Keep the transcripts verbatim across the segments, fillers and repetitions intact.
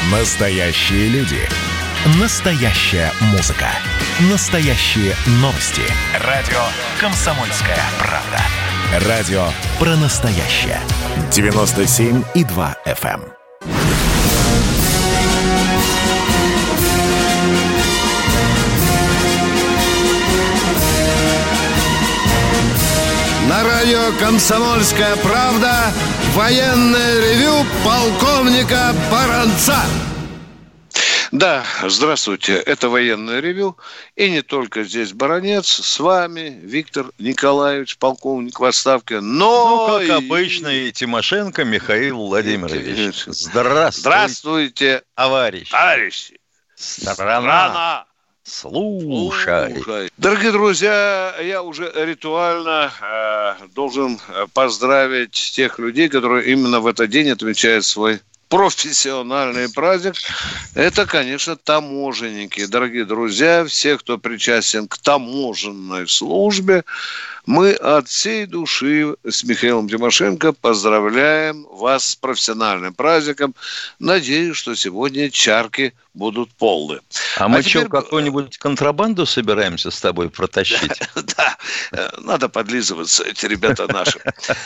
Настоящие люди. Настоящая музыка. Настоящие новости. Радио «Комсомольская правда». Радио про настоящее. девяносто семь и два эф эм. На радио «Комсомольская правда» военное ревю полковника Баранца. Да, здравствуйте, это военное ревю. И не только здесь Баранец, с вами Виктор Николаевич, полковник в отставке. Но, ну, как и... обычно, и Тимошенко Михаил Владимирович. Здравствуйте, Здравствуйте, товарищи. товарищи. Страна. Страна. Слушай. Слушай. Дорогие друзья, я уже ритуально э, должен поздравить тех людей, которые именно в этот день отмечают свой профессиональный праздник. Это, конечно, таможенники. Дорогие друзья, все, кто причастен к таможенной службе, мы от всей души с Михаилом Тимошенко поздравляем вас с профессиональным праздником. Надеюсь, что сегодня чарки будут полны. А, а мы теперь... что, какую-нибудь контрабанду собираемся с тобой протащить? Да, надо подлизываться, эти ребята наши.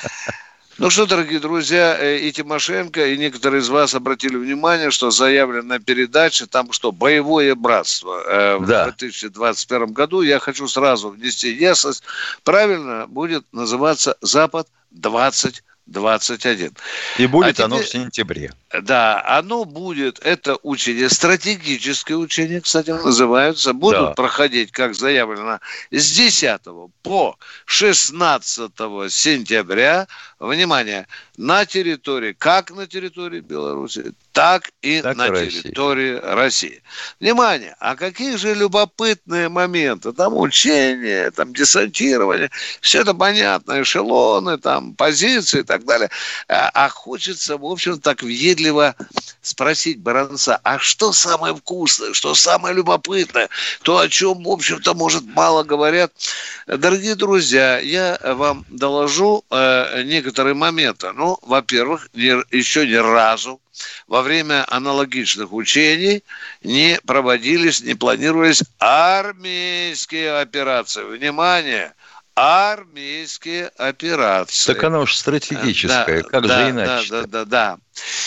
Ну что, дорогие друзья, и Тимошенко, и некоторые из вас обратили внимание, что заявлено на передаче, там что, боевое братство. Да. В две тысячи двадцать первом году, я хочу сразу внести ясность, правильно будет называться «Запад двадцать двадцать один». И будет а оно теперь... в сентябре. Да, оно будет, это учение, стратегическое учение, кстати, называются, будут да. проходить, как заявлено, с десятого по шестнадцатого сентября, внимание, на территории, как на территории Беларуси, так и так на России. территории России. Внимание, а какие же любопытные моменты, там учения, там десантирование, все это понятно, эшелоны, там позиции и так далее, а, а хочется, в общем, так въедливо спросить Баранца, а что самое вкусное, что самое любопытное, то, о чем, в общем-то, может, мало говорят. Дорогие друзья, я вам доложу э, некоторые моменты. Ну, во-первых, не, еще ни разу во время аналогичных учений не проводились, не планировались армейские операции. Внимание! Армейские операции. Так она уж стратегическая, да, как да, же иначе? Да, да, да,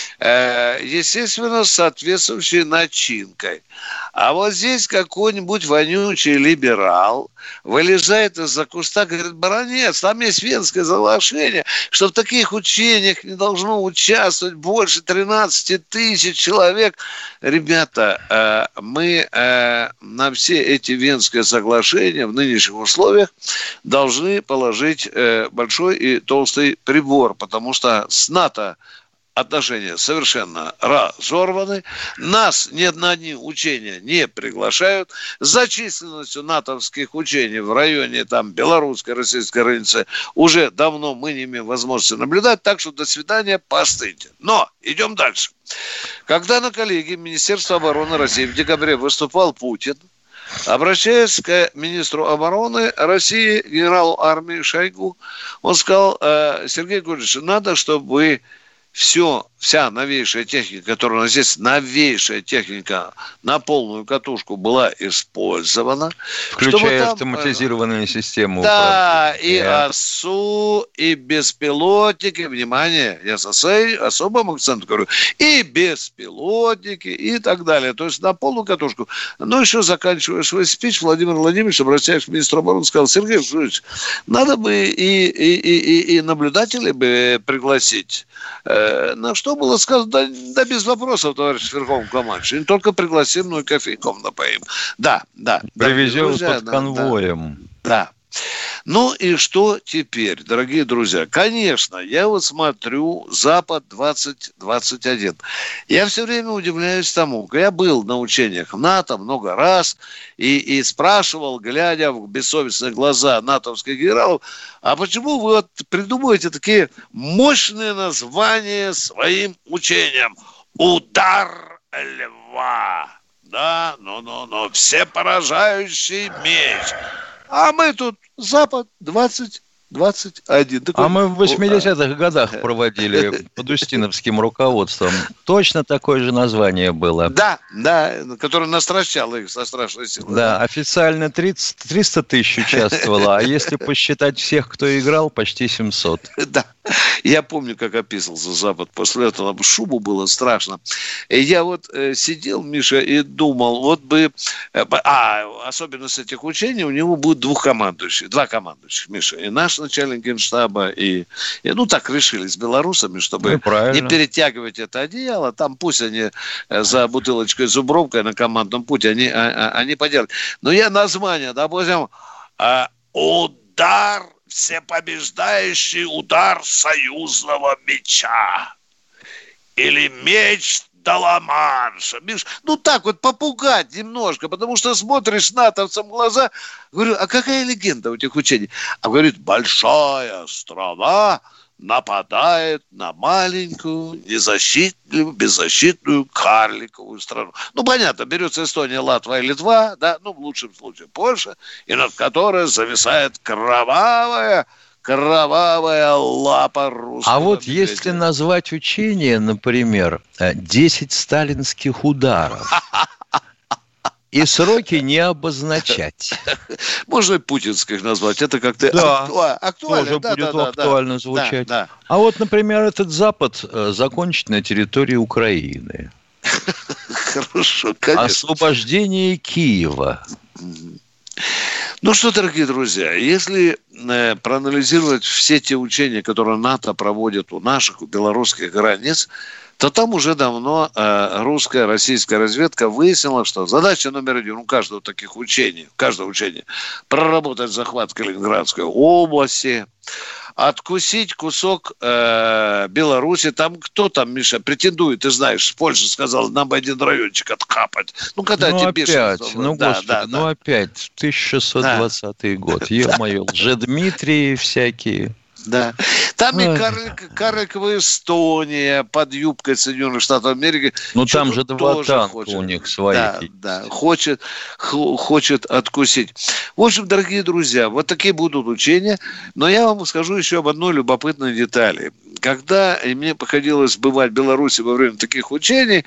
да. Естественно, с соответствующей начинкой. А вот здесь какой-нибудь вонючий либерал вылезает из-за куста, говорит: Баранец, там есть Венское соглашение, что в таких учениях не должно участвовать больше тринадцати тысяч человек. Ребята, мы на все эти Венские соглашения в нынешних условиях должны положить большой и толстый прибор, потому что с НАТО отношения совершенно разорваны. Нас ни на одни учения не приглашают. За численностью натовских учений в районе там белорусской, российской границы уже давно мы не имеем возможности наблюдать. Так что до свидания, постыньте. Но идем дальше. Когда на коллегии Министерства обороны России в декабре выступал Путин, обращаясь к министру обороны России, генералу армии Шойгу, он сказал: Сергей Гурьевич, надо, чтобы вы все, вся новейшая техника, которая у нас здесь, новейшая техника на полную катушку была использована. Включая там автоматизированные системы да, управления. И ОСУ, и беспилотники, внимание, я со своим особым акцентом говорю, и беспилотники, и так далее. То есть на полную катушку. Но еще заканчивая свой спич, Владимир Владимирович, обращаясь к министру обороны, сказал: Сергей Владимирович, надо бы и, и, и, и, и наблюдателей бы пригласить. На что было сказано: да, да без вопросов, товарищ Верховный командующий, не только пригласим, но и кофейком напоим. Да, да. Привезем друзья, под да, конвоем. Да, да. Ну и что теперь, дорогие друзья? Конечно, я вот смотрю Запад двадцать двадцать один. Я все время удивляюсь тому. Я был на учениях НАТО много раз и, и спрашивал, глядя в бессовестные глаза натовских генералов: а почему вы вот придумываете такие мощные названия своим учениям? Удар льва. Да, ну-ну-ну, всепоражающий меч. А мы тут Запад двадцать двадцать один. Такой... А мы в восьмидесятых годах проводили под устиновским руководством. Точно такое же название было. Да, да, которое настращало их со страшной силой. Да, официально тридцать, триста тысяч участвовало, а если посчитать всех, кто играл, почти семьсот. Да, я помню, как описывался Запад после этого. Шубу было страшно. И я вот э, сидел, Миша, и думал, вот бы... Э, а, особенность этих учений, у него будет двухкомандующих, два командующих, Миша. И наш начальник генштаба, и, и ну так решили с белорусами, чтобы ну, не перетягивать это одеяло. Там пусть они за бутылочкой зубровкой на командном пути, они, а, они поделают. Но я название, допустим, удар, всепобеждающий удар союзного меча. Или меч Ла-Манша. Ну, так вот попугать немножко, потому что смотришь натовцам в глаза, говорю, а какая легенда у этих учений? А говорит, большая страна нападает на маленькую, незащитную, беззащитную карликовую страну. Ну, понятно, берется Эстония, Латвия, Литва, да, ну, в лучшем случае Польша, и над которой зависает кровавая Кровавая лапа русского. А вот медведя. Если назвать учение, например, десять сталинских ударов, и сроки не обозначать. Можно и путинских назвать. Это как-то да, акту... актуально. Тоже да, будет да, актуально да, звучать. Да, да. А вот, например, этот Запад закончить на территории Украины. Хорошо, конечно. Освобождение Киева. Ну что, дорогие друзья, если э, проанализировать все те учения, которые НАТО проводит у наших, у белорусских границ, то там уже давно э, русская, российская разведка выяснила, что задача номер один у каждого таких учений, каждого учения, проработать захват Калининградской области, откусить кусок э, Беларуси. Там кто там, Миша, претендует, ты знаешь, Польша сказала, нам бы один райончик откапать. Ну, когда ну, тебе опять, бешенство. ну, да, господи, да, ну, да. опять, тысяча шестьсот двадцатый да. год, ё-моё, Лжедмитрии всякие. Да. Там и карлик, карликовая Эстония под юбкой Соединенных Штатов Америки. Ну, там же два танка хочет. у них свои. Да, да, хочет, х- хочет откусить. В общем, дорогие друзья, вот такие будут учения. Но я вам скажу еще об одной любопытной детали. Когда мне приходилось бывать в Беларуси во время таких учений,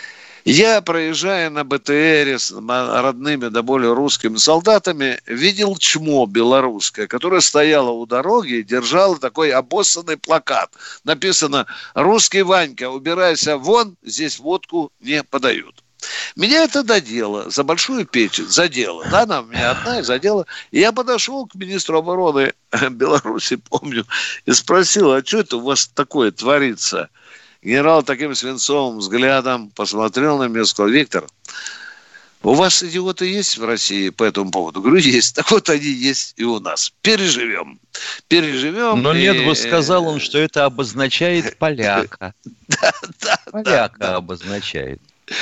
я, проезжая на БТРе с родными, да более русскими солдатами, видел чмо белорусское, которое стояло у дороги и держало такой обоссанный плакат. Написано «Русский Ванька, убирайся вон, здесь водку не подают». Меня это додело, за большую печень, задело. Да, она у меня одна и задела. И я подошел к министру обороны Беларуси, помню, и спросил, а что это у вас такое творится? Генерал таким свинцовым взглядом посмотрел на меня и сказал: Виктор, у вас идиоты есть в России по этому поводу? Говорю, есть. Так вот они есть и у нас. Переживем. Переживем. Но и... нет, бы сказал он, что это обозначает поляка. Да, да, поляка обозначает.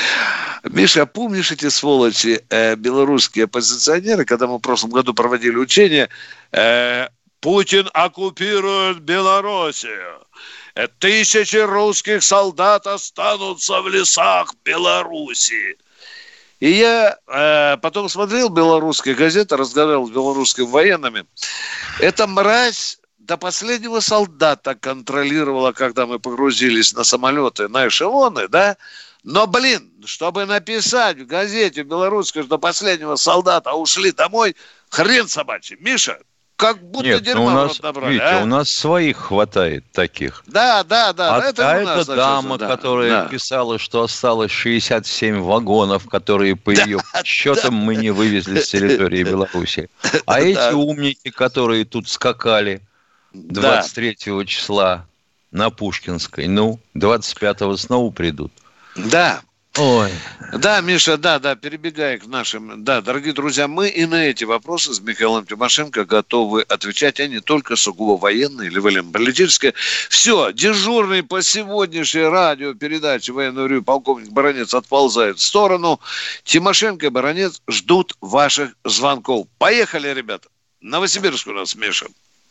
Миша, помнишь эти сволочи, э, белорусские оппозиционеры, когда мы в прошлом году проводили учения, э, Путин оккупирует Белоруссию. Тысячи русских солдат останутся в лесах Беларуси. И я э, потом смотрел белорусские газеты, разговаривал с белорусскими военными. Эта мразь до последнего солдата контролировала, когда мы погрузились на самолеты, на эшелоны, да? Но, блин, чтобы написать в газете белорусской, что до последнего солдата ушли домой, хрен собачий. Миша, как будто Нет, дерьма у в нас, рот набрали. Витя, а? у нас своих хватает таких. Да, да, да. А, это а у нас эта дама, да, которая да. писала, что осталось шестьдесят семь вагонов, которые по ее счетам мы не вывезли с территории Беларуси. А эти умники, которые тут скакали двадцать третьего числа на Пушкинской, ну, двадцать пятого снова придут. Да. Ой. Да, Миша, да, да, перебегая к нашим... Да, дорогие друзья, мы и на эти вопросы с Михаилом Тимошенко готовы отвечать, а не только сугубо военные или военно-политические. Все, дежурный по сегодняшней радиопередаче «Военное ревью» полковник Баранец отползает в сторону. Тимошенко и Баранец ждут ваших звонков. Поехали, ребята. Новосибирск у нас, Миша.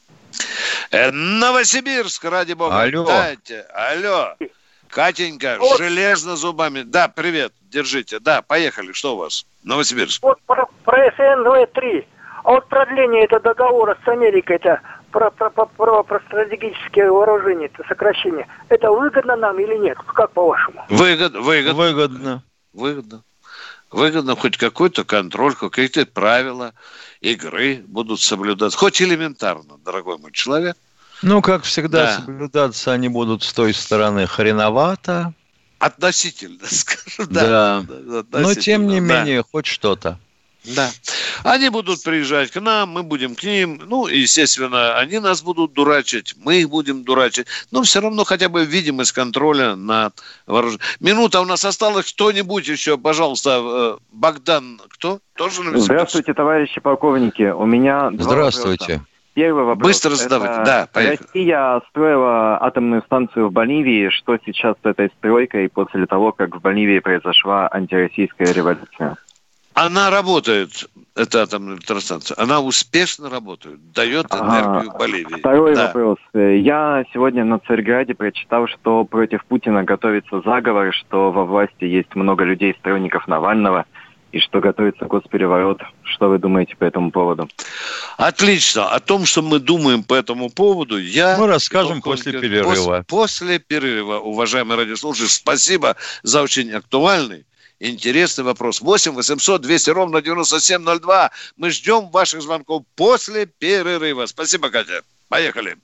Э, Новосибирск, ради бога. Алло. Дайте. Алло. Катенька, вот. Железно зубами. Да, привет, держите. Да, поехали. Что у вас? Новосибирск. Вот про, про эс эн вэ три. А вот продление этого договора с Америкой-то про, про, про, про, про стратегические вооружения, это сокращение, это выгодно нам или нет? Как по-вашему? Выгодно, выгодно. Выгодно. Выгодно. Выгодно хоть какой-то контроль, какие-то правила игры будут соблюдаться. Хоть элементарно, дорогой мой человек. Ну, как всегда, Да. соблюдаться они будут с той стороны хреновато. Относительно, скажем. Да. Да. Да, Но, тем не да. менее, хоть что-то. Да. Они будут приезжать к нам, мы будем к ним. Ну, естественно, они нас будут дурачить, мы их будем дурачить. Но все равно хотя бы видимость контроля над вооружением. Минута у нас осталась. Кто-нибудь еще, пожалуйста, Богдан, кто? Тоже на Здравствуйте, товарищи полковники. У меня два Здравствуйте. вопроса. Первый вопрос. Быстро задавайте. Это Да, поехали. Россия строила атомную станцию в Боливии. Что сейчас с этой стройкой после того, как в Боливии произошла антироссийская революция? Она работает, эта атомная электростанция. Она успешно работает, дает энергию Ага. Боливии. Второй Да. вопрос. Я сегодня на Царьграде прочитал, что против Путина готовится заговор, что во власти есть много людей, сторонников Навального, и что готовится госпереворот. Что вы думаете по этому поводу? Отлично. О том, что мы думаем по этому поводу, я... Мы расскажем после перерыва. Пос- После перерыва, уважаемые радиослушатели, спасибо за очень актуальный, интересный вопрос. восемь восемьсот двести ровно девяносто семь ноль два. Мы ждем ваших звонков после перерыва. Спасибо, Катя. Поехали.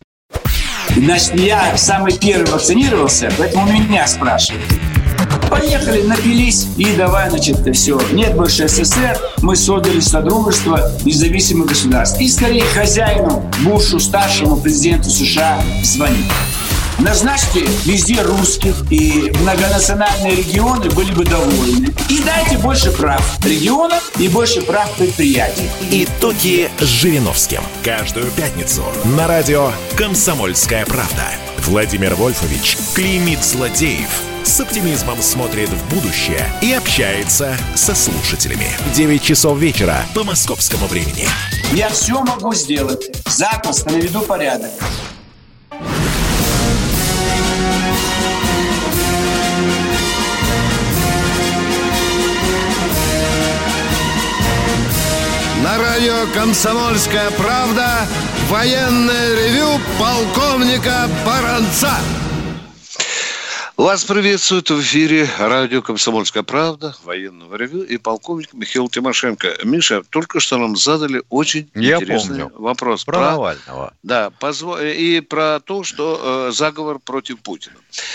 Значит, я самый первый вакцинировался, поэтому меня спрашивают. Поехали, напились и давай, значит, все. Нет больше СССР, мы создали Содружество независимых государств. И скорее хозяину, Бушу, старшему президенту США звонить. Назначьте везде русских, и многонациональные регионы были бы довольны. И дайте больше прав регионам и больше прав предприятий. Итоги с Жириновским. Каждую пятницу на радио «Комсомольская правда». Владимир Вольфович клеймит злодеев, с оптимизмом смотрит в будущее и общается со слушателями. девять часов вечера по московскому времени. Я все могу сделать. Запросто наведу порядок. На радио «Комсомольская правда» военное ревю полковника Баранца. Вас приветствует в эфире радио «Комсомольская правда», военного ревю и полковник Михаил Тимошенко. Миша, только что нам задали очень Я интересный помню. вопрос. Про Навального. Да, позво... и про то, что э, заговор против Путина.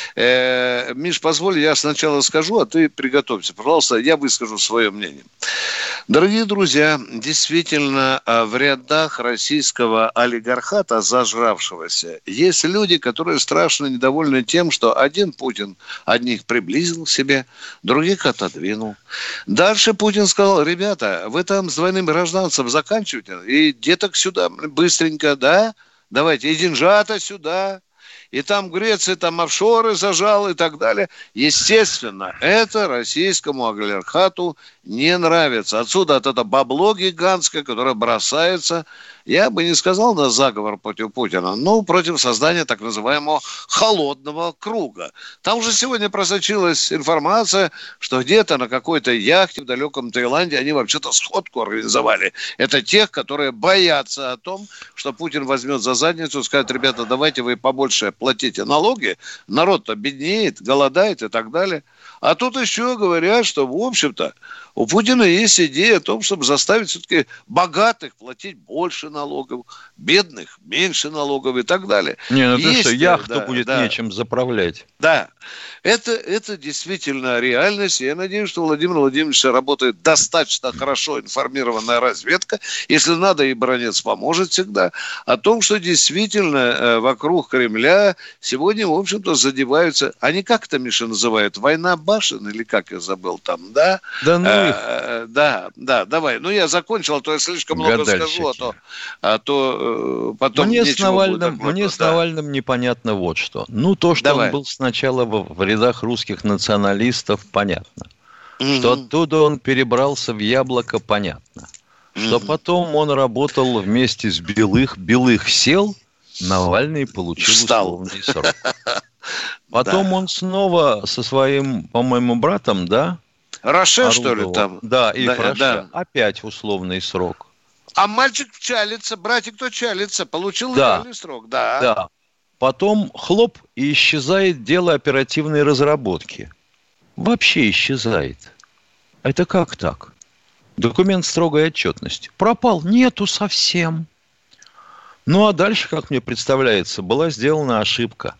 Э, Миш, позволь, я сначала скажу, а ты приготовься. Пожалуйста, я выскажу свое мнение. Дорогие друзья, действительно, в рядах российского олигархата, зажравшегося, есть люди, которые страшно недовольны тем, что один Путин одних приблизил к себе, других отодвинул. Дальше Путин сказал: ребята, вы там с двойным гражданством заканчиваете, и деток сюда быстренько, да? Давайте, и деньжата сюда. И там Греция, там офшоры зажал и так далее. Естественно, это российскому олигархату не нравится. Отсюда от это бабло гигантское, которое бросается, я бы не сказал на заговор против Путина, но против создания так называемого холодного круга. Там уже сегодня просочилась информация, что где-то на какой-то яхте в далеком Таиланде они вообще-то сходку организовали. Это тех, которые боятся о том, что Путин возьмет за задницу и скажет: ребята, давайте вы побольше платите налоги, народ-то беднеет, голодает и так далее. А тут еще говорят, что, в общем-то, у Путина есть идея о том, чтобы заставить все-таки богатых платить больше налогов, бедных меньше налогов и так далее. Не, ну ты есть, что, яхту да, будет да. нечем заправлять. Да, это, это действительно реальность. Я надеюсь, что Владимир Владимирович работает достаточно хорошо информированная разведка. Если надо, и Баранец поможет всегда. О том, что действительно вокруг Кремля сегодня, в общем-то, задеваются... Они как это, Миша, называют? Война башен или как я забыл там, да? Да ну их. А, да, да, давай. Ну, я закончил, а то я слишком много Гадальщики. скажу, а то, а то э, потом Мне с нечего будет Навальным, оплакивать. мне с Да. Навальным непонятно вот что. Ну, то, что Давай. он был сначала в, в рядах русских националистов, понятно. Мгм. Что оттуда он перебрался в Яблоко, понятно. Что Мгм. потом он работал вместе с Белых. Белых сел, Навальный получил Встал. условный срок. Потом он снова со своим, по-моему, братом, да? Роше, что ли, орудовал. там? Да, и Да, Фраше. да. Опять условный срок. А мальчик чалится, братик то чалится, получил да. реальный срок, да. Да. Потом хлоп, и исчезает дело оперативной разработки. Вообще исчезает. Это как так? Документ строгой отчетности. Пропал? Нету совсем. Ну, а дальше, как мне представляется, была сделана ошибка.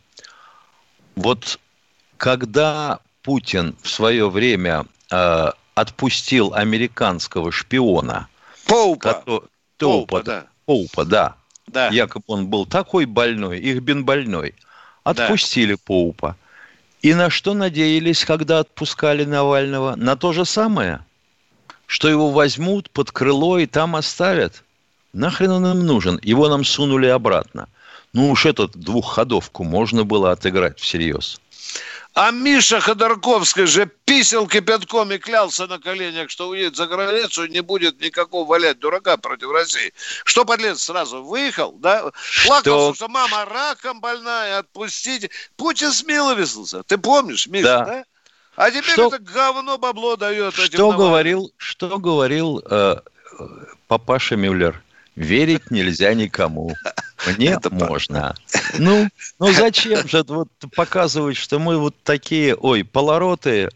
Вот когда Путин в свое время э, отпустил американского шпиона... Поупа. Который, Поупа, Поупа, да. Поупа, да. Да. Якобы он был такой больной, Ихбин больной. Отпустили да. Поупа. И на что надеялись, когда отпускали Навального? На то же самое? Что его возьмут под крыло и там оставят? Нахрен он им нужен? Его нам сунули обратно. Ну уж эту двухходовку можно было отыграть всерьез. А Миша Ходорковский же писал кипятком и клялся на коленях, что уедет за границу и не будет никакого валять дурака против России. Что подлец сразу выехал, да? Плакался, что, что мама раком больная, отпустите. Путин смиловился. Ты помнишь, Миша, да? да? А теперь что, это говно бабло дает. Что говорил, что говорил э, папаша Мюллер? Верить нельзя никому. Мне это можно. Ну, ну зачем же вот показывать, что мы вот такие, ой, полороты.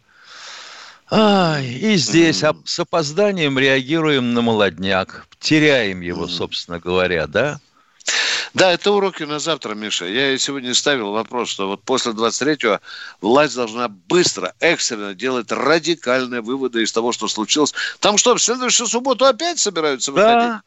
Ай, и здесь mm. с опозданием реагируем на молодняк. Теряем его, mm. собственно говоря, да? Да, это уроки на завтра, Миша. Я сегодня ставил вопрос, что вот после двадцать третьего власть должна быстро, экстренно делать радикальные выводы из того, что случилось. Там что, в следующую субботу опять собираются выходить? Да.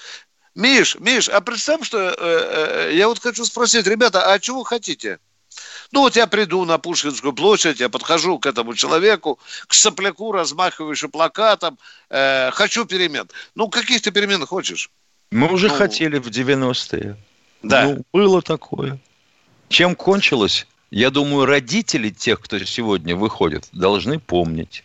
Миш, Миш, а представь, что э, э, я вот хочу спросить, ребята, а чего вы хотите? Ну вот я приду на Пушкинскую площадь, я подхожу к этому человеку, к сопляку, размахивающему плакатом, э, хочу перемен. Ну каких ты перемен хочешь? Мы уже ну, хотели в девяностые. Да. Ну, было такое. Чем кончилось? Я думаю, родители тех, кто сегодня выходит, должны помнить.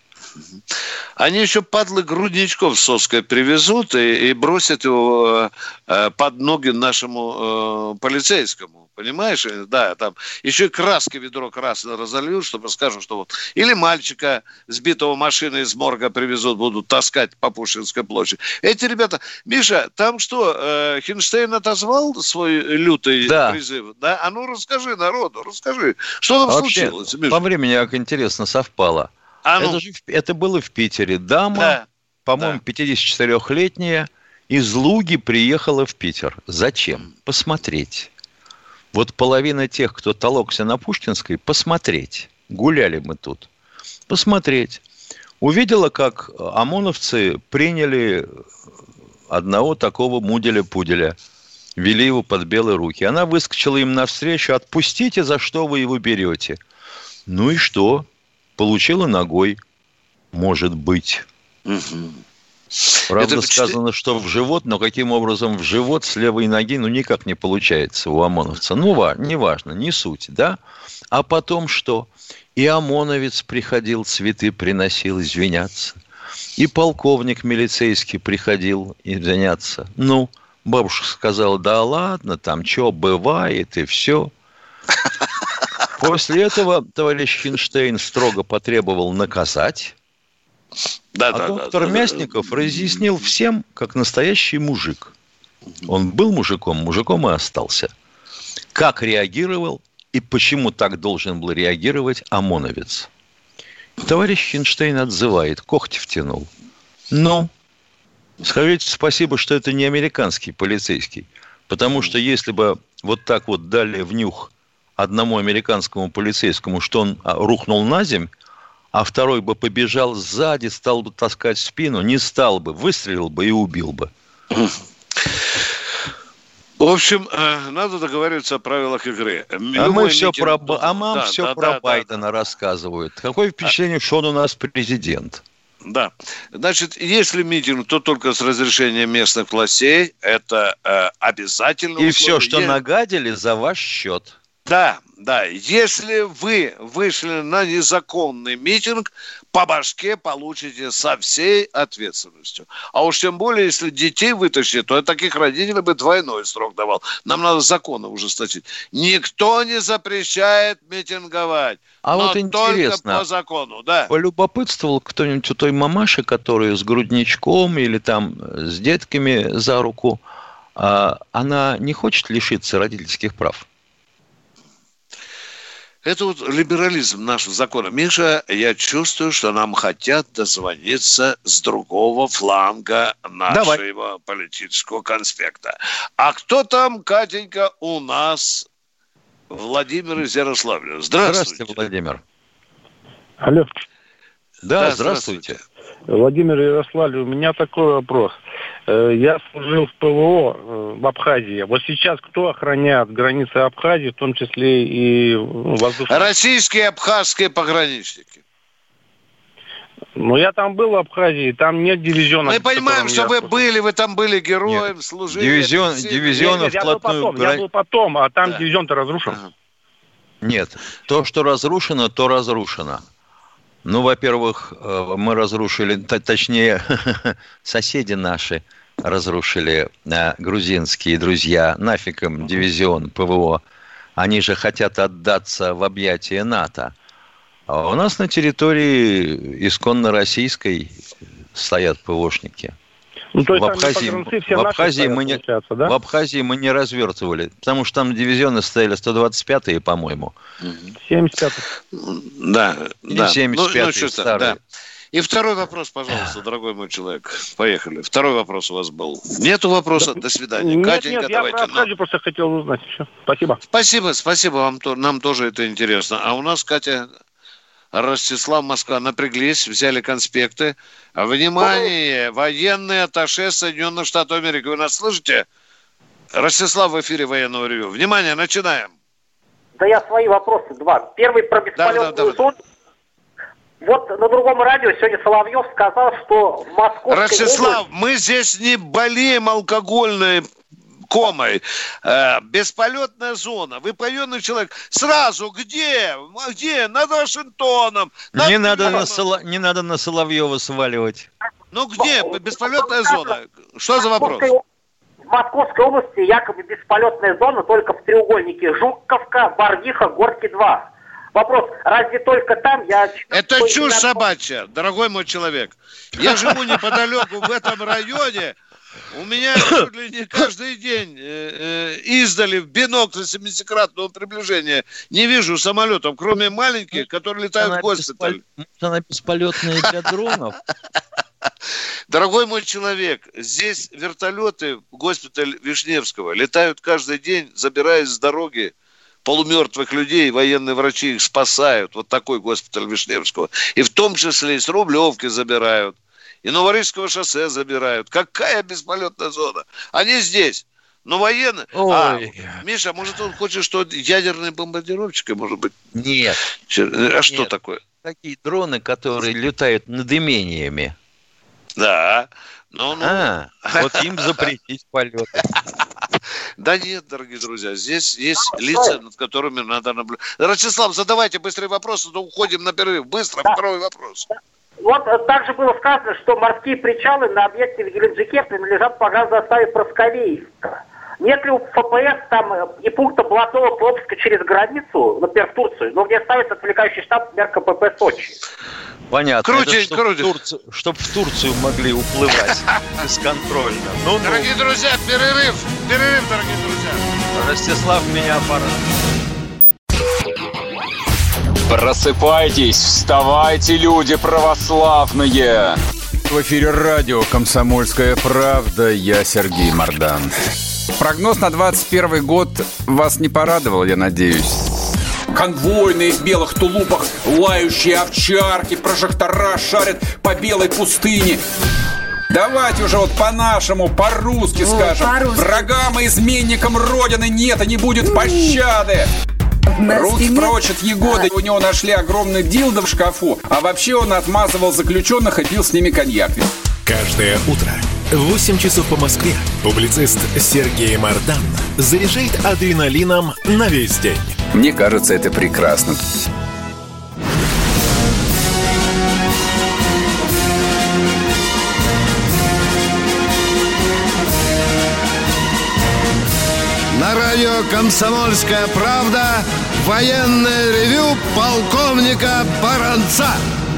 Они еще, падлы, грудничков с соской привезут и, и бросят его э, под ноги нашему э, полицейскому. Понимаешь? Да, там еще и краски, ведро краски разольют, чтобы скажут, что вот... Или мальчика, сбитого машиной из морга привезут, будут таскать по Пушкинской площади. Эти ребята... Миша, там что, э, Хинштейн отозвал свой лютый да. призыв? Да? А ну расскажи народу, расскажи. Что там вообще, случилось, Миша? По времени, как интересно, совпало. А ну. это, же, это было в Питере. Дама, да. по-моему, да. пятидесятичетырёхлетняя, из Луги приехала в Питер. Зачем? Посмотреть. Вот половина тех, кто толокся на Пушкинской, посмотреть. Гуляли мы тут. Посмотреть. Увидела, как ОМОНовцы приняли одного такого муделя-пуделя. Вели его под белые руки. Она выскочила им навстречу. Отпустите, за что вы его берете. Ну и что? Получила ногой. Может быть. Угу. Правда, это сказано, что в живот, но каким образом в живот с левой ноги, ну, никак не получается у ОМОНовца. Ну, не важно, не суть, да? А потом что? И ОМОНовец приходил, цветы приносил, извиняться. И полковник милицейский приходил извиняться. Ну, бабушка сказала, да ладно, там что, бывает, и все. После этого товарищ Хинштейн строго потребовал наказать. Да, а да, доктор да, Мясников да, разъяснил всем, как настоящий мужик. Он был мужиком, мужиком и остался. Как реагировал и почему так должен был реагировать ОМОНовец. Товарищ Хинштейн отзывает, когти втянул. Ну, скажите спасибо, что это не американский полицейский. Потому что если бы вот так вот дали в нюх одному американскому полицейскому, что он рухнул на землю, а второй бы побежал сзади, стал бы таскать спину, не стал бы, выстрелил бы и убил бы. В общем, надо договариваться о правилах игры. А мы все митинг... про, а нам да, все да, про да, Байдена да, рассказывают. Какое впечатление, а... что он у нас президент? Да. Значит, если митинг, то только с разрешения местных властей. Это э, обязательно. И условие. Все, что нагадили, за ваш счет. Да, да, если вы вышли на незаконный митинг, по башке получите со всей ответственностью. А уж тем более, если детей вытащить, то я таких родителей бы двойной срок давал. Нам надо законы ужесточить. Никто не запрещает митинговать. А но вот интересно, только по закону, да. Полюбопытствовал кто-нибудь у той мамаши, которая с грудничком или там с детками за руку, она не хочет лишиться родительских прав? Это вот либерализм нашего закона. Миша, я чувствую, что нам хотят дозвониться с другого фланга нашего Давай. политического конспекта. А кто там, Катенька, у нас? Владимир из Ярославля. Здравствуйте. Здравствуйте, Владимир. Алло. Да, да здравствуйте. здравствуйте. Владимир Ярославль, у меня такой вопрос. Я служил в ПВО в Абхазии. Вот сейчас кто охраняет границы Абхазии, в том числе и воздушные? Российские абхазские пограничники. Ну, я там был в Абхазии, там нет дивизиона. Мы понимаем, что вы были, вы там были героем, нет. служили. Дивизион, дивизион я, был потом, грани... я был потом, а там да. дивизион-то разрушен. Ага. Нет, то, что разрушено, то разрушено. Ну, во-первых, мы разрушили, точнее, соседи наши разрушили, грузинские друзья, нафиг им дивизион ПВО. Они же хотят отдаться в объятия НАТО. А у нас на территории исконно российской стоят ПВОшники. Ну, то есть в Абхазии, в, Абхазии мы не, да? в Абхазии мы не развертывали, потому что там дивизионы стояли сто двадцать пятые, по-моему. семьдесят пятые. Да, да. семьдесят пятые ну, ну, старые. Да. И второй вопрос, пожалуйста, дорогой мой человек. Поехали. Второй вопрос у вас был. Нету вопроса? Да, До свидания. Нет, Катенька, нет, давайте. Я про Абхазию просто хотел узнать. Все. Спасибо. Спасибо, спасибо вам. Нам тоже это интересно. А у нас, Катя... Ростислав, Москва, напряглись, взяли конспекты. Внимание, военный атташе Соединенных Штатов Америки. Вы нас слышите? Ростислав в эфире военного ревью. Внимание, начинаем. Да я свои вопросы два. Первый про бесполетную да, да, зону. Да. Вот на другом радио сегодня Соловьев сказал, что в Московской Ростислав, области... мы здесь не болеем алкогольной комой. Э, бесполетная зона. Вы военный человек. Сразу где? Где? Над Вашингтоном. Над не, надо на Соло... не надо на Соловьева сваливать. Ну где? Бесполетная зона. Что за вопрос? В Московской области якобы бесполетная зона только в треугольнике Жуковка, Барвиха, Горки два. Вопрос, разве только там? Я... Это чушь собачья, дорогой мой человек. Я живу неподалеку в этом районе. У меня чуть ли не каждый день э, э, издали в бинокль семидесятикратного приближения не вижу самолетов, кроме маленьких, которые летают она в госпиталь. Беспол... Она бесполетная для дронов. Дорогой мой человек, здесь вертолеты в госпиталь Вишневского летают каждый день, забираясь с дороги полумертвых людей, военные врачи их спасают. Вот такой госпиталь Вишневского. И в том числе и с Рублевки забирают. И Новорижского шоссе забирают. Какая бесполетная зона? Они здесь. Но военные... Ой. А, Миша, может, он хочет, что ядерные бомбардировщики, может быть? Нет. А что Нет. такое? Такие дроны, которые летают над имениями. Да. Ну, ну. А, вот им запретить полеты. Да нет, дорогие друзья, здесь есть лица, над которыми надо наблюдать. Ростислав, задавайте быстрые вопросы, то уходим на перерыв. Быстро, второй вопрос. Вот также было сказано, что морские причалы на объекте в Геленджике принадлежат по газозаставе Просковеевска. Нет ли у ФПС там и пункта Блатного пропуска через границу, например, в Турцию, но где ставится отвлекающий штаб, например, КПП Сочи? Понятно. Крути, чтобы крути. В Турцию, чтоб в Турцию могли уплывать бесконтрольно. Ну, дорогие ну. друзья, перерыв. Перерыв, дорогие друзья. Ростислав, меня пора. Просыпайтесь, вставайте, люди православные! В эфире радио «Комсомольская правда». Я Сергей Мордан. Прогноз на двадцать первый год вас не порадовал, я надеюсь. Конвойные в белых тулупах, лающие овчарки, прожектора шарят по белой пустыне. Давайте уже вот по-нашему, по-русски О, скажем. По-русски. Врагам и изменникам Родины нет и не будет пощады. Руки прочь от Егоды. У него нашли огромный дилдо в шкафу. А вообще он отмазывал заключенных и пил с ними коньяк. Каждое утро в восемь часов по Москве публицист Сергей Мордан заряжает адреналином на весь день. Мне кажется, это прекрасно. На радио «Комсомольская правда» военное ревю полковника Баранца.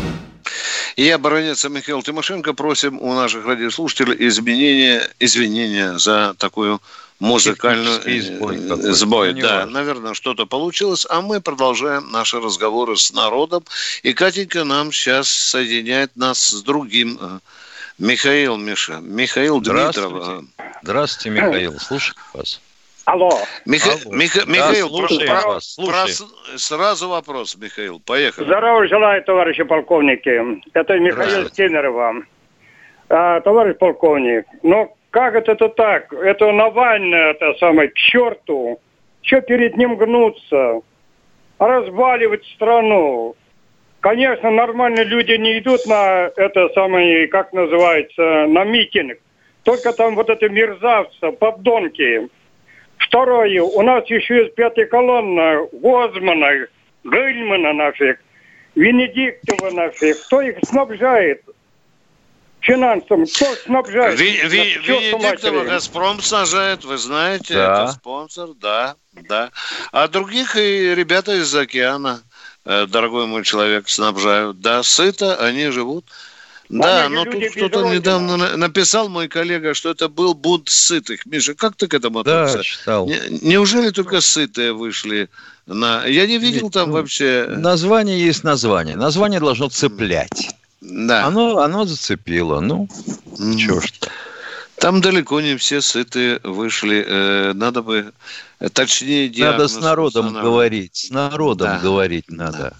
Я, баронец Михаил Тимошенко, просим у наших радиослушателей изменения, извинения за такую музыкальную сбой. сбой. Ну, да, наверное, что-то получилось, а мы продолжаем наши разговоры с народом. И Катенька нам сейчас соединяет нас с другим. Михаил, Миша, Михаил Дмитров. Здравствуйте, Здравствуйте Михаил, слушаю вас. Алло. Миха... Алло. Миха... Да, Михаил, слушаем про... вас, слушаем. Про... сразу вопрос, Михаил, поехали. Здравия желаю, товарищи полковники. Это Михаил Стенерова. А, товарищ полковник, ну как это-то так? Это Навальный, это самое, к черту. Что перед ним гнуться? Разваливать страну. Конечно, нормальные люди не идут на это самое, как называется, на митинг. Только там вот эти мерзавцы, подонки. Второе, у нас еще есть пятая колонна Гозмана, Гельмана нафиг, Венедиктова нафиг. Кто их снабжает финансом? Кто снабжает? Ви- ви- Венедиктова Газпром снабжает, вы знаете, да. Это спонсор, да, да. А других и ребята из-за океана, дорогой мой человек, снабжают. Да, сыто, они живут. Да, но тут кто-то недавно написал, мой коллега, что это был бунт сытых. Миша, как ты к этому относишься? Да, читал. Не, неужели только сытые вышли на... Я не видел Ведь, там ну, вообще... Название есть название. Название должно цеплять. Да. Оно, оно зацепило. Ну, mm. чего ж то. Там далеко не все сытые вышли. Э, надо бы точнее диагноз. Надо с народом говорить. С народом да. говорить надо.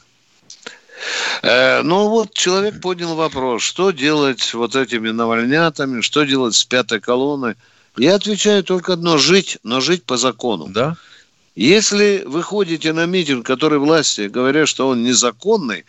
Э, ну вот человек поднял вопрос, что делать вот этими навальнятами, что делать с пятой колонной. Я отвечаю только одно: жить, но жить по закону. Да? Если вы ходите на митинг, который власти говорят, что он незаконный,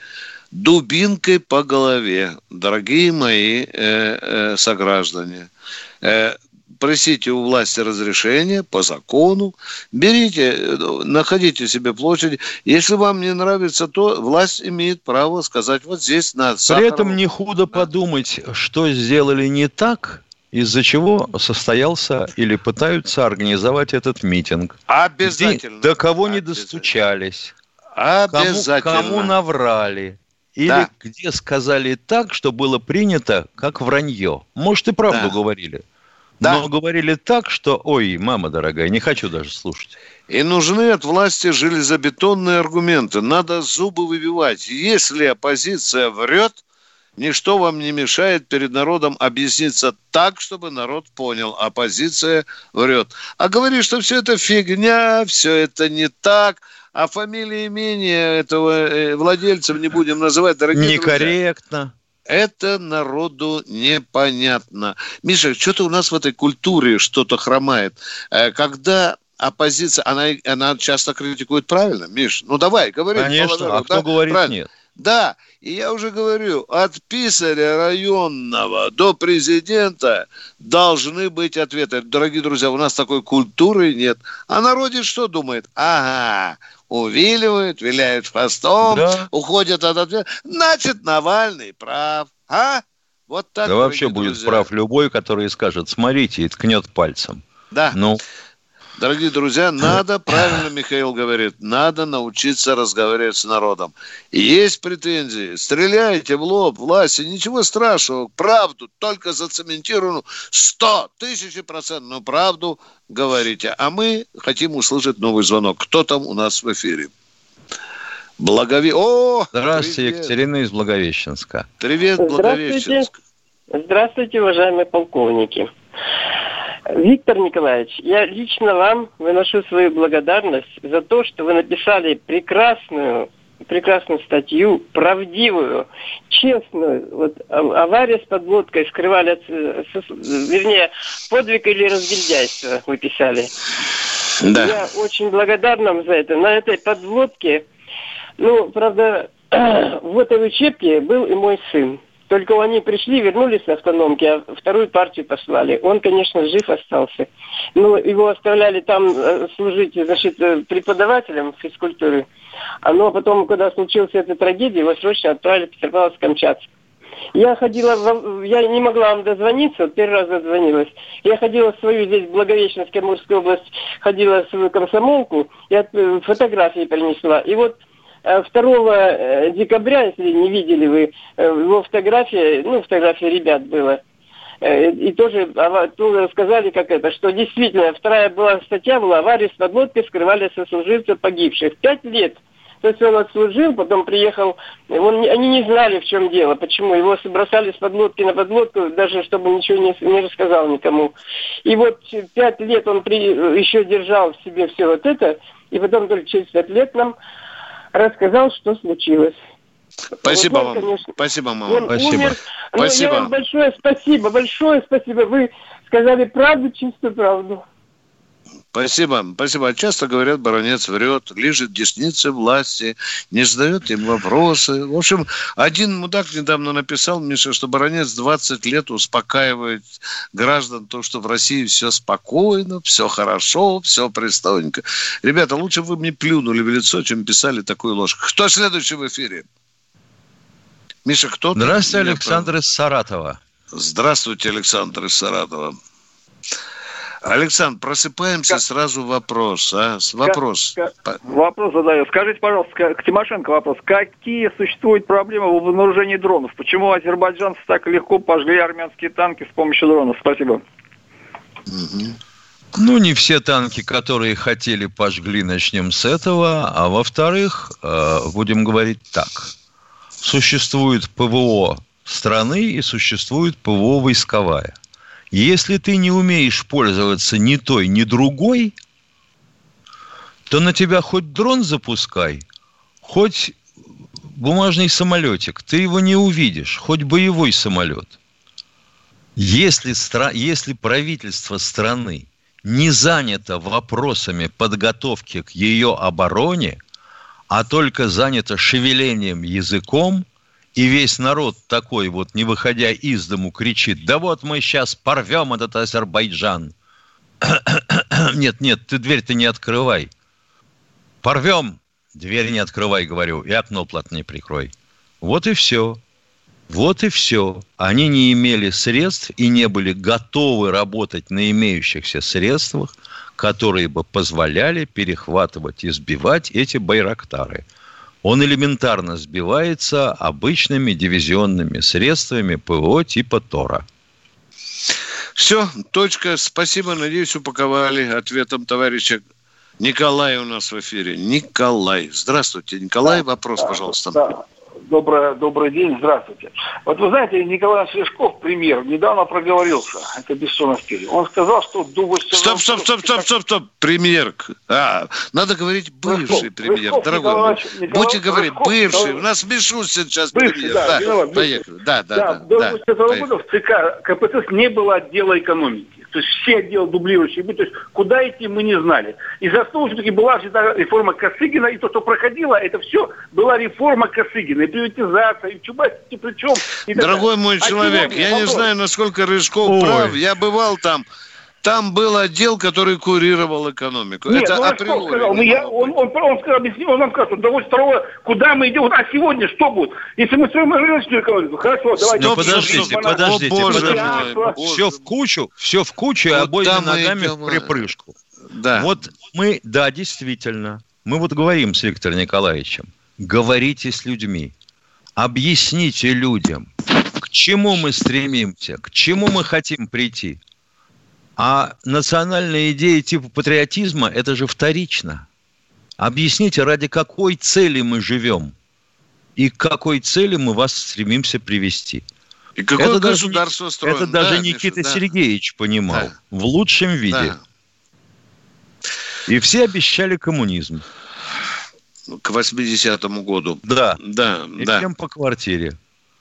дубинкой по голове, дорогие мои э, э, сограждане. Э, Просите у власти разрешения по закону, берите, находите себе площадь. Если вам не нравится, то власть имеет право сказать, вот здесь надо. При этом не худо подумать, что сделали не так, из-за чего состоялся или пытаются организовать этот митинг. Обязательно. Где, до кого не достучались. Обязательно. Кому, кому наврали. Или да. где сказали так, что было принято как вранье. Может, и правду да. говорили. Да. Но говорили так, что, ой, мама дорогая, не хочу даже слушать. И нужны от власти железобетонные аргументы. Надо зубы выбивать. Если оппозиция врет, ничто вам не мешает перед народом объясниться так, чтобы народ понял. Оппозиция врет. А говорит, что все это фигня, все это не так, а фамилии имения этого владельцев не будем называть, дорогие друзья. Некорректно. Это народу непонятно. Миша, что-то у нас в этой культуре что-то хромает. Когда оппозиция, она, она часто критикует правильно, Миш? Ну давай, говори. Конечно, положено, а кто да? говорит правильно. Нет? Да, и я уже говорю, от писаря районного до президента должны быть ответы. Дорогие друзья, у нас такой культуры нет. А народ что думает? Ага, увиливают, виляют хвостом, да. уходят от ответа. Значит, Навальный прав. А? Вот так. Да вообще будет друзья. Прав любой, который скажет, смотрите, и ткнет пальцем. Да. Ну. Дорогие друзья, надо, правильно Михаил говорит, надо научиться разговаривать с народом. Есть претензии, стреляйте в лоб власти, ничего страшного, правду, только зацементированную, сто, тысячи процентную правду говорите. А мы хотим услышать новый звонок. Кто там у нас в эфире? Благове... О, здравствуйте, привет. Екатерина из Благовещенска. Привет, Благовещенск. Здравствуйте, здравствуйте, уважаемые полковники. Виктор Николаевич, я лично вам выношу свою благодарность за то, что вы написали прекрасную, прекрасную статью, правдивую, честную. Вот авария с подлодкой скрывали, от, вернее, подвиг или разгильдяйство вы писали. Да. Я очень благодарна вам за это. На этой подлодке, ну, правда, в этой учебке был и мой сын. Только они пришли, вернулись с автономки, а вторую партию послали. Он, конечно, жив остался. Ну, его оставляли там служить, значит, преподавателем физкультуры. А но потом, когда случилась эта трагедия, его срочно отправили в Петропавловск-Камчатск. Я ходила, в... я не могла вам дозвониться, вот первый раз дозвонилась. Я ходила в свою здесь, в Благовещенск, Амурская область, ходила в свою комсомолку, я фотографии принесла. И вот второго декабря, если не видели вы, его фотография, ну, фотография ребят была. И тоже ну, сказали, как это, что действительно, вторая была статья, была авария с подлодкой, скрывали сослуживцев погибших. Пять лет. То есть он отслужил, потом приехал, он, они не знали, в чем дело, почему. Его бросали с подлодки на подлодку, даже чтобы ничего не, не рассказал никому. И вот пять лет он при, еще держал в себе все вот это, и потом только через пять лет нам рассказал, что случилось. Спасибо вот, вам. Конечно, спасибо, мама. Он спасибо. Умер. Спасибо. Ну, я вам большое спасибо, большое спасибо. Вы сказали правду, чистую правду. Спасибо, спасибо. Часто говорят, Баранец врет, лижет десницы власти, не задает им вопросы. В общем, один мудак недавно написал, Миша, что Баранец двадцать лет успокаивает граждан, то, что в России все спокойно, все хорошо, все пристойненько. Ребята, лучше бы вы мне плюнули в лицо, чем писали такую ложь. Кто следующий в эфире? Миша, кто? Здравствуйте, Александр из Саратова. Здравствуйте, Александр из Саратова. Александр, просыпаемся, как... сразу вопрос. А? Вопрос. Как, как... Вопрос задаю. Скажите, пожалуйста, к Тимошенко вопрос. Какие существуют проблемы в вооружении дронов? Почему азербайджанцы так легко пожгли армянские танки с помощью дронов? Спасибо. Угу. Ну, не все танки, которые хотели, пожгли, начнем с этого. А во-вторых, будем говорить так. Существует ПВО страны и существует ПВО войсковая. Если ты не умеешь пользоваться ни той, ни другой, то на тебя хоть дрон запускай, хоть бумажный самолетик, ты его не увидишь, хоть боевой самолет. Если, стра... Если правительство страны не занято вопросами подготовки к ее обороне, а только занято шевелением языком, и весь народ такой вот, не выходя из дому, кричит: да вот мы сейчас порвем этот Азербайджан. Нет, нет, ты дверь-то не открывай. Порвем, дверь не открывай, говорю, и окно плотно не прикрой. Вот и все. Вот и все. Они не имели средств и не были готовы работать на имеющихся средствах, которые бы позволяли перехватывать и сбивать эти байрактары. Он элементарно сбивается обычными дивизионными средствами ПВО типа Тора. Все, точка. Спасибо, надеюсь, упаковали ответом товарища. Николай у нас в эфире. Николай. Здравствуйте, Николай. Да, вопрос, да, пожалуйста. Да. Добрый, добрый день, здравствуйте. Вот вы знаете, Николай Слешков, премьер, недавно проговорился, это Бессонов стиль. Он сказал, что до Стоп, стоп, стоп, стоп, стоп, стоп, премьер. А, надо говорить бывший Рыжков, премьер, Рыжков, дорогой мой. Будьте говорить, бывший. Николай... У нас Мишус сейчас бывший, премьер. Да, да, виноват, поехали. Да, да, да. да, до две тысячи двадцатого года в ЦК КПСС не было отдела экономики. То есть все отделы дублирующие. То есть куда идти мы не знали. И за основу все-таки была всегда реформа Косыгина. И то, что проходило, это все была реформа Косыгина. И приватизация, и Чубайс, и причем... И Дорогой мой а человек, я вопрос. не знаю, насколько Рыжков Ой. прав. Я бывал там. Там был отдел, который курировал экономику. Нет, это ну, априори. Сказал, ну, я, он, он, он, он сказал, объяснил, он нам сказал, что до двадцать второго, куда мы идем, а сегодня что будет? Если мы строим рыночную экономику, хорошо, давайте. Ну, подождите, стоп, подождите, О, боже подождите. Мой, все в кучу, все в кучу, вот и обоими ногами идем, в припрыжку. Да. Вот мы, да, действительно, мы вот говорим с Виктором Николаевичем, говорите с людьми, объясните людям, к чему мы стремимся, к чему мы хотим прийти. А национальная идея типа патриотизма – это же вторично. Объясните, ради какой цели мы живем и к какой цели мы вас стремимся привести. И какое это государство даже, строим. Это даже да, Никита Миша, Сергеевич да. понимал да. в лучшем виде. Да. И все обещали коммунизм. К восьмидесятому году. Да. да и да. всем по квартире.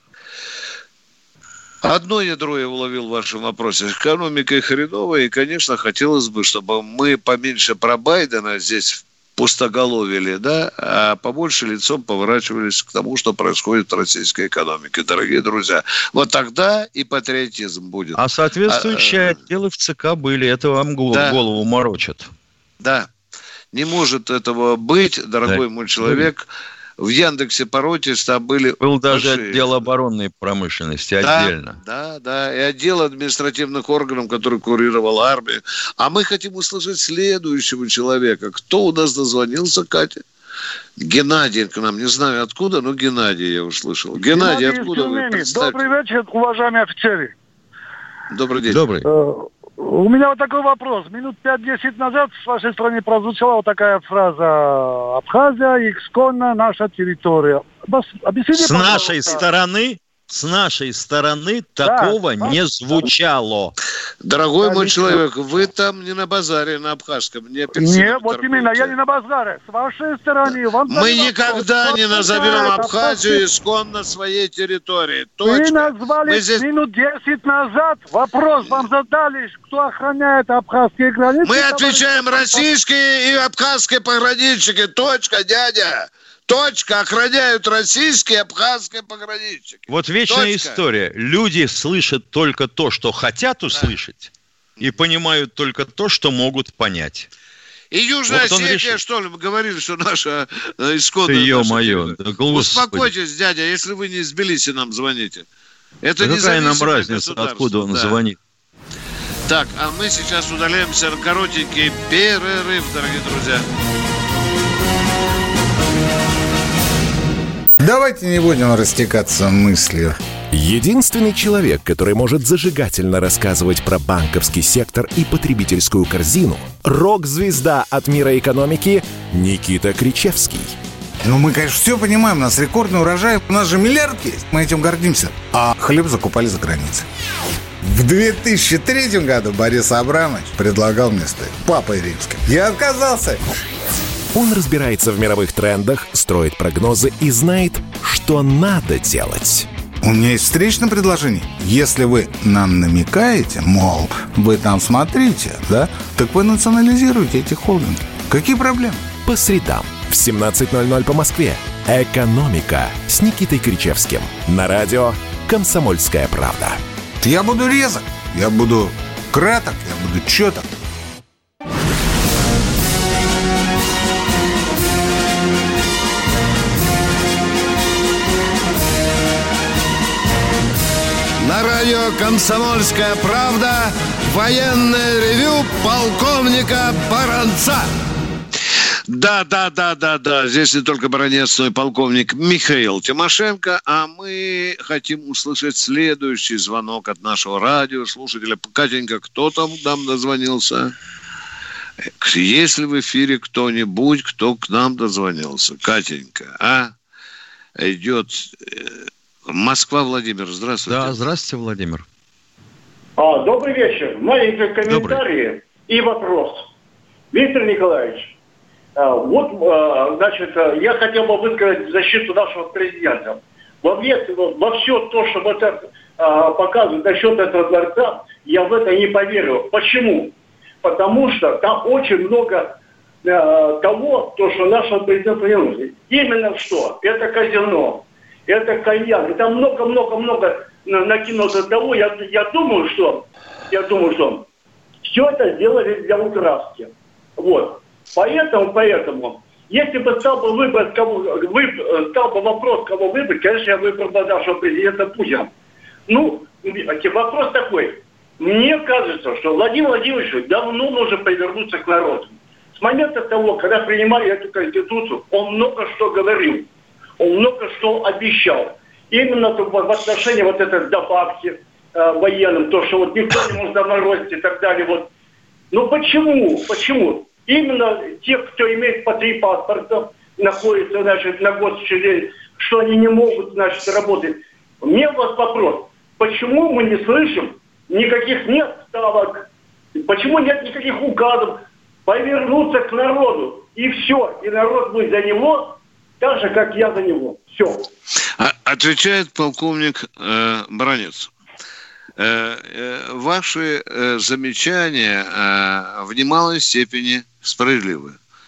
Одно ядро я уловил в вашем вопросе. Экономика хреновая, и, конечно, хотелось бы, чтобы мы поменьше про Байдена здесь пустоголовили, да, а побольше лицом поворачивались к тому, что происходит в российской экономике, дорогие друзья. Вот тогда и патриотизм будет. А соответствующие а, отделы в ЦК были, это вам голову, да, голову морочат. Да, не может этого быть, дорогой да. мой человек. В Яндексе Поротис там были... Был даже большие... отдел оборонной промышленности да, отдельно. Да, да, и отдел административных органов, который курировал армию. А мы хотим услышать следующего человека. Кто у нас дозвонился, Катя? Геннадий к нам, не знаю откуда, но Геннадий я услышал. Геннадий, Геннадий откуда вы? Добрый вечер, уважаемые офицеры. Добрый день. Добрый. У меня вот такой вопрос. Минут пять-десять назад с вашей стороны прозвучала вот такая фраза: Абхазия исконно наша территория. Объясните, с пожалуйста. Нашей стороны, с нашей стороны да, такого да, не звучало. Дорогой да, мой человек, вы там не на базаре, на абхазском. Не, не вот торгуете. Именно, я не на базаре. С вашей стороны. Вам Мы никогда вопрос, не назовем Абхазию исконно своей территорией. Точка. Вы назвали здесь... минут десять назад. Вопрос вам задали, кто охраняет абхазские границы. Мы отвечаем, российские и абхазские пограничники. Точка, дядя. Точка. Охраняют российские и абхазские пограничники. Вот вечная Точка. История. Люди слышат только то, что хотят услышать, да. и понимают только то, что могут понять. И Южная вот Осетия, что ли, мы говорили, что наша э, исконная... Ё-моё, да, успокойтесь, дядя, если вы не из Тбилиси нам звоните. Это да какая нам разница, откуда он да. звонит? Так, а мы сейчас удаляемся на коротенький перерыв, дорогие друзья. Давайте не будем растекаться мыслью. Единственный человек, который может зажигательно рассказывать про банковский сектор и потребительскую корзину – рок-звезда от мира экономики Никита Кричевский. Ну, мы, конечно, все понимаем, у нас рекордный урожай, у нас же миллиард есть, мы этим гордимся. А хлеб закупали за границей. В две тысячи третьем году Борис Абрамович предлагал мне стать папой римским. Я отказался. Он разбирается в мировых трендах, строит прогнозы и знает, что надо делать. У меня есть встречное предложение. Если вы нам намекаете, мол, вы там смотрите, да, так вы национализируете эти холдинги. Какие проблемы? По средам в семнадцать ноль ноль по Москве. «Экономика» с Никитой Кричевским. На радио «Комсомольская правда». Я буду резок, я буду краток, я буду чёток. На радио «Комсомольская правда» военное ревю полковника Баранца. Да, да, да, да, да. Здесь не только баронец, но и полковник Михаил Тимошенко. А мы хотим услышать следующий звонок от нашего радиослушателя. Катенька, кто там нам дозвонился? Есть ли в эфире кто-нибудь, кто к нам дозвонился? Катенька, а? Идет... Москва, Владимир, здравствуйте. Да, здравствуйте, Владимир. А, добрый вечер. Маленький комментарий и вопрос. Виктор Николаевич, а, вот, а, значит, я хотел бы высказать защиту нашего президента. Во, во все то, что вот это а, показывает насчет этого дворца, я в это не поверю. Почему? Потому что там очень много а, того, то, что нашего президента не нужно. Именно что? Это казино. Это коньяк. И там много-много-много накинулось того. Я, я думаю, что я думаю, что все это сделали для утраски. Вот. Поэтому, поэтому, если бы стал бы выбрать, кого, вы, стал бы вопрос, кого выбрать, конечно, я выбрал бы нашего президента Путина. Ну, вопрос такой. Мне кажется, что Владимиру Владимировичу давно нужно повернуться к народу. С момента того, когда принимали эту конституцию, он много что говорил. Он много что обещал. Именно в отношении вот этой добавки э, военным, то, что вот никто не может заморозить и так далее. Вот. Но почему? Почему? Именно те, кто имеет по три паспорта, находятся, значит, на госучреждении, что они не могут, значит, работать. У меня у вас вопрос. Почему мы не слышим никаких нет ставок? Почему нет никаких указов? Повернуться к народу. И все. И народ будет за него... Так же, как я за него. Все. Отвечает полковник э, Баранец. Э, э, ваши э, замечания э, в немалой степени справедливы.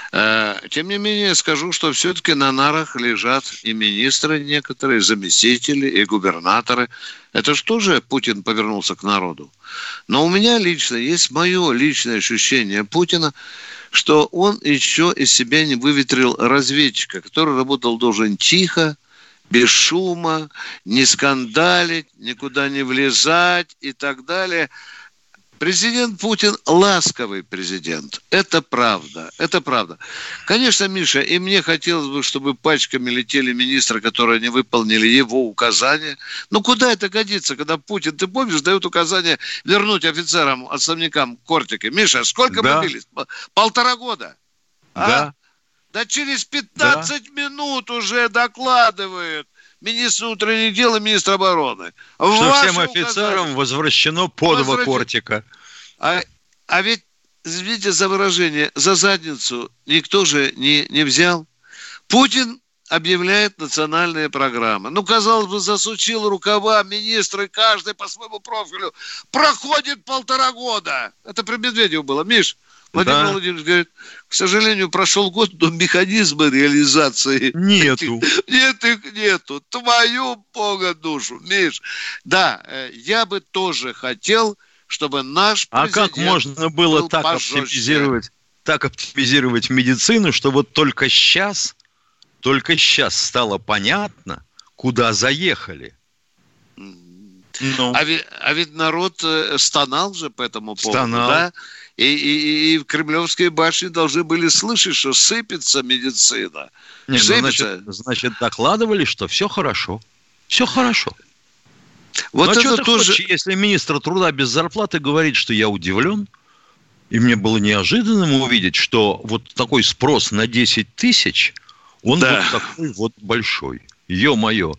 Тем не менее, скажу, что все-таки на нарах лежат и министры некоторые, заместители, и губернаторы. Это же тоже Путин повернулся к народу. Но у меня лично есть мое личное ощущение Путина, что он еще из себя не выветрил разведчика, который работал должен тихо, без шума, не скандалить, никуда не влезать и так далее. Президент Путин ласковый президент. Это правда. Это правда. Конечно, Миша, и мне хотелось бы, чтобы пачками летели министры, которые не выполнили его указания. Но куда это годится, когда Путин, ты помнишь, дает указание вернуть офицерам, отставникам кортики? Миша, сколько да. мы бились? Полтора года. Да. А? Да через пятнадцать да. минут уже докладывают министр внутренних дел и министр обороны. Что всем офицерам указания возвращено по два Возвращ... кортика. А, а ведь, извините за выражение, за задницу никто же не, не взял. Путин объявляет национальные программы. Ну, казалось бы, засучил рукава, министры, каждый по своему профилю. Проходит полтора года. Это при Медведеве было. Миш, Владимир да. Владимирович говорит, к сожалению, прошел год, но механизма реализации нету. Этих, нет их нету. Твою бога душу, Миш. Да, я бы тоже хотел, чтобы наш президент А как можно было так оптимизировать, так оптимизировать медицину, что вот только сейчас, только сейчас стало понятно, куда заехали? Ну. А, ведь, а ведь народ стонал же по этому поводу, стонал. Да? И, и, и в Кремлевской башне должны были слышать, что сыпется медицина. Нет, сыпется. Ну, значит, значит, докладывали, что все хорошо. Все хорошо. Вот ну, а это что ты тоже... хочешь, если министр труда без зарплаты говорит, что я удивлен, и мне было неожиданным увидеть, что вот такой спрос на десять тысяч, он да. вот такой вот большой. Ё-моё.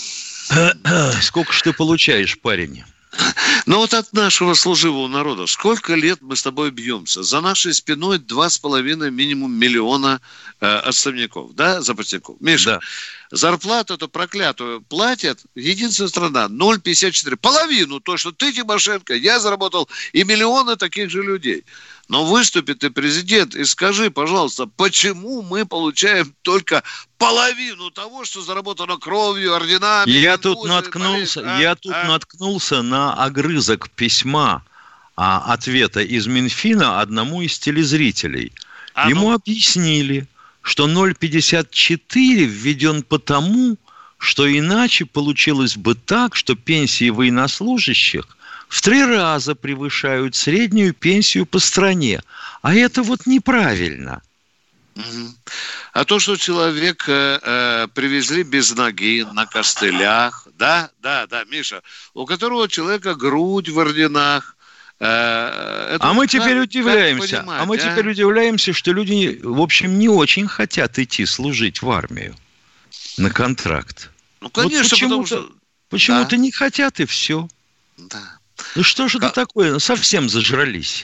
Сколько ж ты получаешь, парень? Ну вот от нашего служивого народа сколько лет мы с тобой бьемся? За нашей спиной два с половиной минимум миллиона э, отставников, да, запасников. Миша, да. зарплату эту проклятую платят единственная страна ноль целых пятьдесят четыре. Половину то, что ты, Тимошенко, я заработал, и миллионы таких же людей. Но выступи ты, президент, и скажи, пожалуйста, почему мы получаем только половину того, что заработано кровью, орденами? Я тут наткнулся, а? я тут а? наткнулся на огрызок письма а, ответа из Минфина одному из телезрителей. А Ему ну? объяснили, что ноль целых пятьдесят четыре введен потому, что иначе получилось бы так, что пенсии военнослужащих в три раза превышают среднюю пенсию по стране. А это вот неправильно. Угу. А то, что человек э, э, привезли без ноги, на костылях, да, да, да, Миша, у которого у человека грудь в орденах. Э, а мы теперь как, удивляемся, как понимать, а мы а? теперь удивляемся, что люди, в общем, не очень хотят идти служить в армию на контракт. Ну, конечно, вот почему-то, потому что... Почему-то да. не хотят, и все. Да. Ну что же это такое? Совсем зажрались.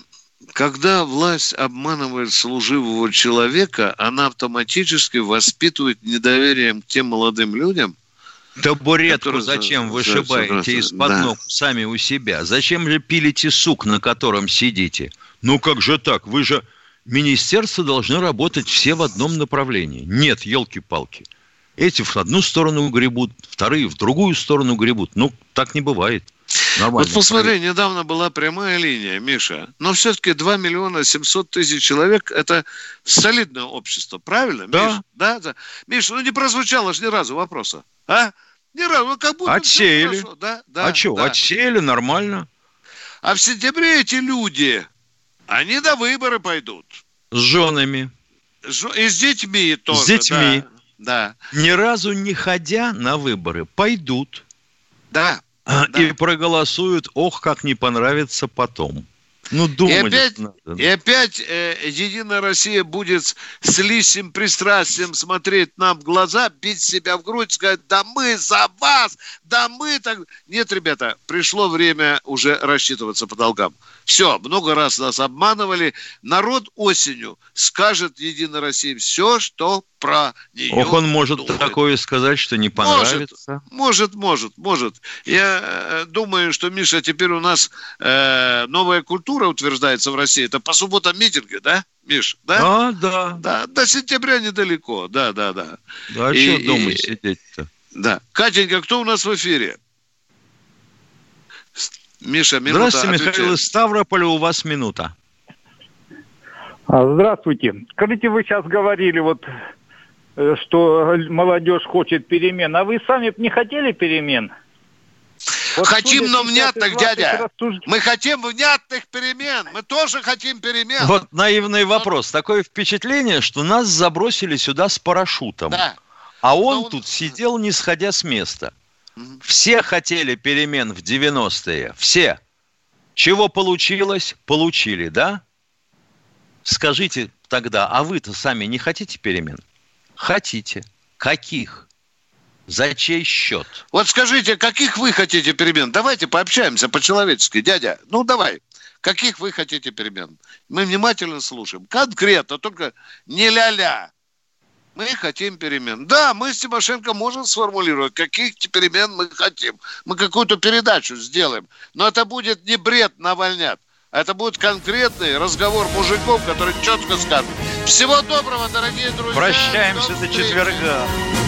Когда власть обманывает служивого человека, она автоматически воспитывает недоверием к тем молодым людям. Табуретку зачем вышибаете из-под да. ног сами у себя? Зачем же пилите сук, на котором сидите? Ну как же так? Вы же... Министерства должны работать все в одном направлении. Нет, елки-палки. Эти в одну сторону гребут, вторые в другую сторону гребут. Ну, так не бывает. Нормально. Вот посмотри, недавно была прямая линия, Миша. Но все-таки два миллиона семьсот тысяч человек – это солидное общество, правильно, да. Миша? Да. Да. Миша, ну не прозвучало же ни разу вопроса. А? Ни разу, ну как будто отсеяли. Все хорошо. Да, да, а что, да. отсеяли, нормально. А в сентябре эти люди, они на выборы пойдут. С женами. И с детьми тоже. С детьми. Да. Да. Ни разу не ходя на выборы, пойдут. Да. А, да. И проголосуют, ох, как не понравится потом. Ну, думать и опять, надо. И опять э, Единая Россия будет с лисьим пристрастием смотреть нам в глаза, бить себя в грудь, сказать, да мы за вас, да мы так... Нет, ребята, пришло время уже рассчитываться по долгам. Все, много раз нас обманывали. Народ осенью скажет Единой России все, что про нее Ох, он может думает. такое сказать, что не понравится. Может, может, может, может. Я э, думаю, что, Миша, теперь у нас э, новая культура утверждается в России. Это по субботам митинги, да, Миш? Да? А, да. Да, до сентября недалеко, да, да, да. Да, а И- что дома и- сидеть-то? Да. Катенька, кто у нас в эфире? Миша, минута. Здравствуйте, Михаил отвечай. из Ставрополя, у вас минута. А, Здравствуйте. Скажите, вы сейчас говорили, вот, э, что молодежь хочет перемен, а вы сами б не хотели перемен? Вот Хотим, судя но сейчас внятных, из ваших дядя. рассуж- Мы хотим внятных перемен. Мы тоже хотим перемен. Вот наивный вопрос. Такое впечатление, что нас забросили сюда с парашютом. Да. А он тут сидел, не сходя с места. Все хотели перемен в девяностые. Все. Чего получилось? Получили, да? Скажите тогда, а вы-то сами не хотите перемен? Хотите. Каких? За чей счет? Вот скажите, каких вы хотите перемен? Давайте пообщаемся по-человечески, дядя. Ну, давай. Каких вы хотите перемен? Мы внимательно слушаем. Конкретно, только не ля-ля. Мы хотим перемен. Да, мы с Тимошенко можем сформулировать, каких перемен мы хотим. Мы какую-то передачу сделаем. Но это будет не бред навальнят. Это будет конкретный разговор мужиков, которые четко скажут. Всего доброго, дорогие друзья. Прощаемся до встречи. четверга.